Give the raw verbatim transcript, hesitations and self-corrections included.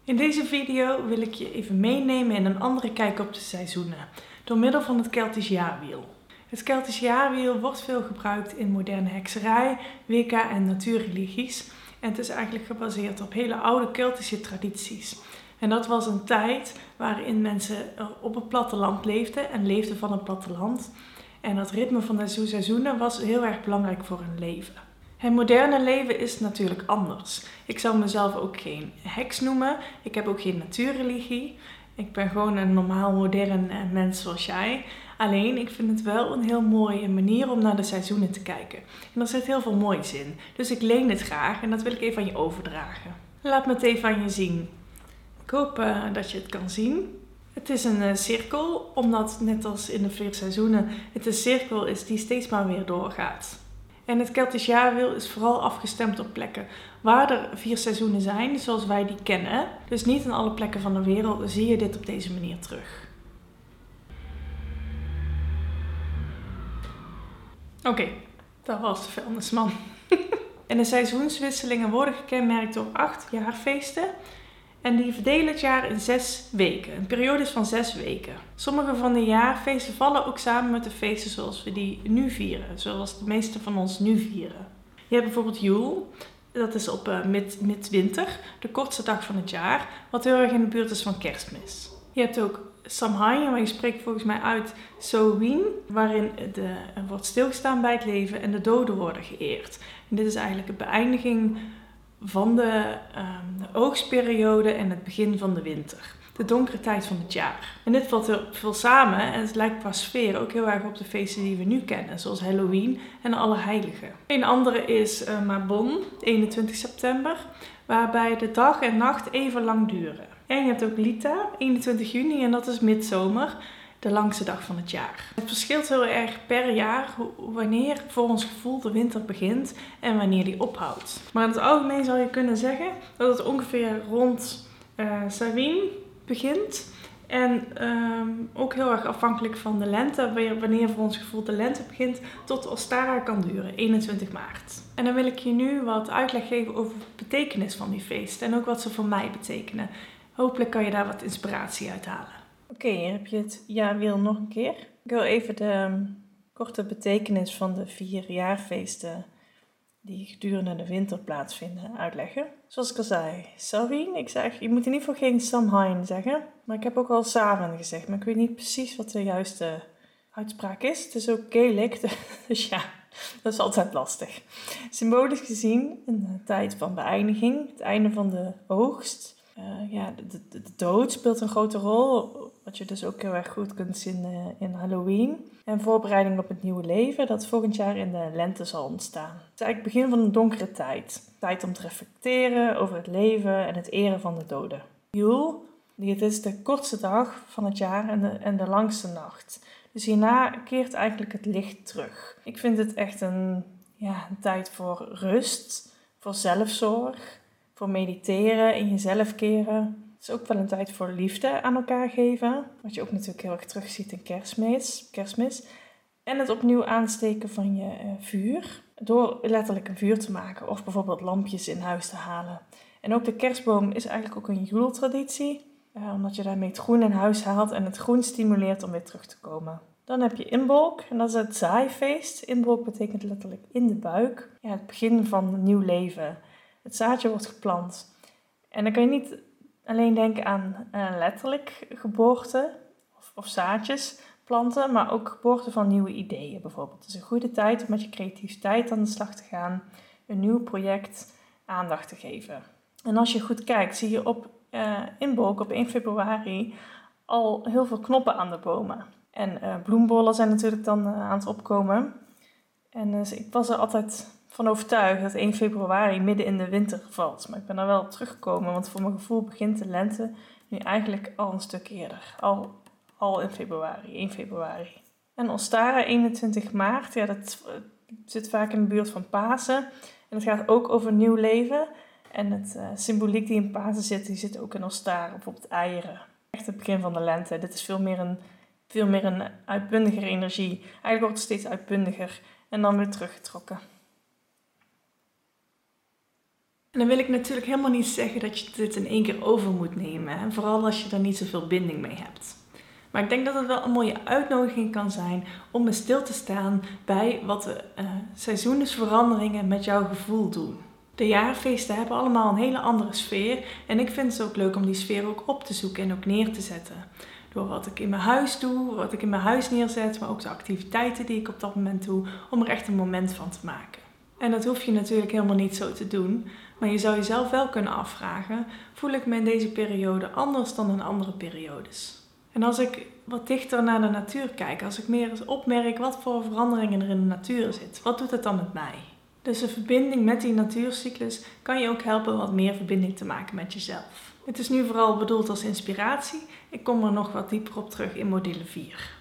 In deze video wil ik je even meenemen in een andere kijk op de seizoenen, door middel van het Keltisch jaarwiel. Het Keltisch jaarwiel wordt veel gebruikt in moderne hekserij, wicca en natuurreligies. En het is eigenlijk gebaseerd op hele oude Keltische tradities. En dat was een tijd waarin mensen op het platteland leefden en leefden van het platteland. En dat ritme van de seizoenen was heel erg belangrijk voor hun leven. Het moderne leven is natuurlijk anders. Ik zou mezelf ook geen heks noemen. Ik heb ook geen natuurreligie. Ik ben gewoon een normaal modern mens zoals jij. Alleen, ik vind het wel een heel mooie manier om naar de seizoenen te kijken. En er zit heel veel moois in. Dus ik leen het graag en dat wil ik even aan je overdragen. Laat me het even aan je zien. Ik hoop uh, dat je het kan zien. Het is een uh, cirkel, omdat net als in de vier seizoenen het een cirkel is die steeds maar weer doorgaat. En het Keltisch jaarwiel is vooral afgestemd op plekken waar er vier seizoenen zijn, zoals wij die kennen. Dus niet in alle plekken van de wereld zie je dit op deze manier terug. Oké, okay, dat was de vuilnisman. En de seizoenswisselingen worden gekenmerkt door acht jaarfeesten. En die verdelen het jaar in zes weken. Een periode is van zes weken. Sommige van de jaarfeesten vallen ook samen met de feesten zoals we die nu vieren. Zoals de meeste van ons nu vieren. Je hebt bijvoorbeeld Joel. Dat is op uh, mid, midwinter. De kortste dag van het jaar. Wat heel erg in de buurt is van Kerstmis. Je hebt ook Samhain, maar je spreekt volgens mij uit Samhain. Waarin de, er wordt stilgestaan bij het leven en de doden worden geëerd. En dit is eigenlijk de beëindiging van de, um, de oogstperiode en het begin van de winter. De donkere tijd van het jaar. En dit valt heel veel samen en het lijkt qua sfeer ook heel erg op de feesten die we nu kennen. Zoals Halloween en Allerheiligen. Een andere is uh, Mabon, eenentwintig september. Waarbij de dag en nacht even lang duren. En je hebt ook Lita, eenentwintig juni en dat is midzomer. De langste dag van het jaar. Het verschilt heel erg per jaar wanneer voor ons gevoel de winter begint en wanneer die ophoudt. Maar in het algemeen zou je kunnen zeggen dat het ongeveer rond uh, Samhain begint. En um, ook heel erg afhankelijk van de lente, wanneer voor ons gevoel de lente begint, tot Ostara kan duren, eenentwintig maart. En dan wil ik je nu wat uitleg geven over de betekenis van die feesten en ook wat ze voor mij betekenen. Hopelijk kan je daar wat inspiratie uit halen. Oké, okay, hier heb je het jaarwiel nog een keer. Ik wil even de um, korte betekenis van de vier jaarfeesten die gedurende de winter plaatsvinden uitleggen. Zoals ik al zei, Samhain, ik zeg, je moet in ieder geval geen Samhain zeggen. Maar ik heb ook al Samhain gezegd, maar ik weet niet precies wat de juiste uitspraak is. Het is ook Gaelic, dus ja, dat is altijd lastig. Symbolisch gezien een tijd van beëindiging, het einde van de oogst. Uh, ja, de, de, de dood speelt een grote rol, wat je dus ook heel erg goed kunt zien uh, in Halloween. En voorbereiding op het nieuwe leven dat volgend jaar in de lente zal ontstaan. Het is eigenlijk het begin van een donkere tijd. Tijd om te reflecteren over het leven en het eren van de doden. Yule, het is de kortste dag van het jaar en de, en de langste nacht. Dus hierna keert eigenlijk het licht terug. Ik vind het echt een, ja, een tijd voor rust, voor zelfzorg. Voor mediteren, in jezelf keren. Het is ook wel een tijd voor liefde aan elkaar geven. Wat je ook natuurlijk heel erg terug ziet in kerstmis. kerstmis. En het opnieuw aansteken van je uh, vuur. Door letterlijk een vuur te maken. Of bijvoorbeeld lampjes in huis te halen. En ook de kerstboom is eigenlijk ook een Joeltraditie. Uh, omdat je daarmee het groen in huis haalt. En het groen stimuleert om weer terug te komen. Dan heb je Imbolc. En dat is het zaaifeest. Imbolc betekent letterlijk in de buik. Ja, het begin van een nieuw leven. Het zaadje wordt geplant. En dan kan je niet alleen denken aan uh, letterlijk geboorte of, of zaadjes planten, maar ook geboorte van nieuwe ideeën bijvoorbeeld. Het is een goede tijd om met je creativiteit aan de slag te gaan, een nieuw project aandacht te geven. En als je goed kijkt, zie je op uh, Imbolc op één februari al heel veel knoppen aan de bomen. En uh, bloembollen zijn natuurlijk dan uh, aan het opkomen. En dus ik was er altijd van overtuigd dat één februari midden in de winter valt. Maar ik ben er wel op teruggekomen, want voor mijn gevoel begint de lente nu eigenlijk al een stuk eerder. Al, al in februari, één februari. En Ostara, eenentwintig maart, ja, dat zit vaak in de buurt van Pasen. En het gaat ook over nieuw leven. En het uh, symboliek die in Pasen zit, die zit ook in Ostara, bijvoorbeeld eieren. Echt het begin van de lente. Dit is veel meer een, veel meer een uitbundiger energie. Eigenlijk wordt het steeds uitbundiger en dan weer teruggetrokken. En dan wil ik natuurlijk helemaal niet zeggen dat je dit in één keer over moet nemen. Hè? Vooral als je er niet zoveel binding mee hebt. Maar ik denk dat het wel een mooie uitnodiging kan zijn om eens stil te staan bij wat de uh, seizoensveranderingen met jouw gevoel doen. De jaarfeesten hebben allemaal een hele andere sfeer en ik vind het ook leuk om die sfeer ook op te zoeken en ook neer te zetten. Door wat ik in mijn huis doe, wat ik in mijn huis neerzet, maar ook de activiteiten die ik op dat moment doe, om er echt een moment van te maken. En dat hoef je natuurlijk helemaal niet zo te doen, maar je zou jezelf wel kunnen afvragen, voel ik me in deze periode anders dan in andere periodes? En als ik wat dichter naar de natuur kijk, als ik meer eens opmerk wat voor veranderingen er in de natuur zit, wat doet het dan met mij? Dus een verbinding met die natuurcyclus kan je ook helpen wat meer verbinding te maken met jezelf. Het is nu vooral bedoeld als inspiratie. Ik kom er nog wat dieper op terug in module vier.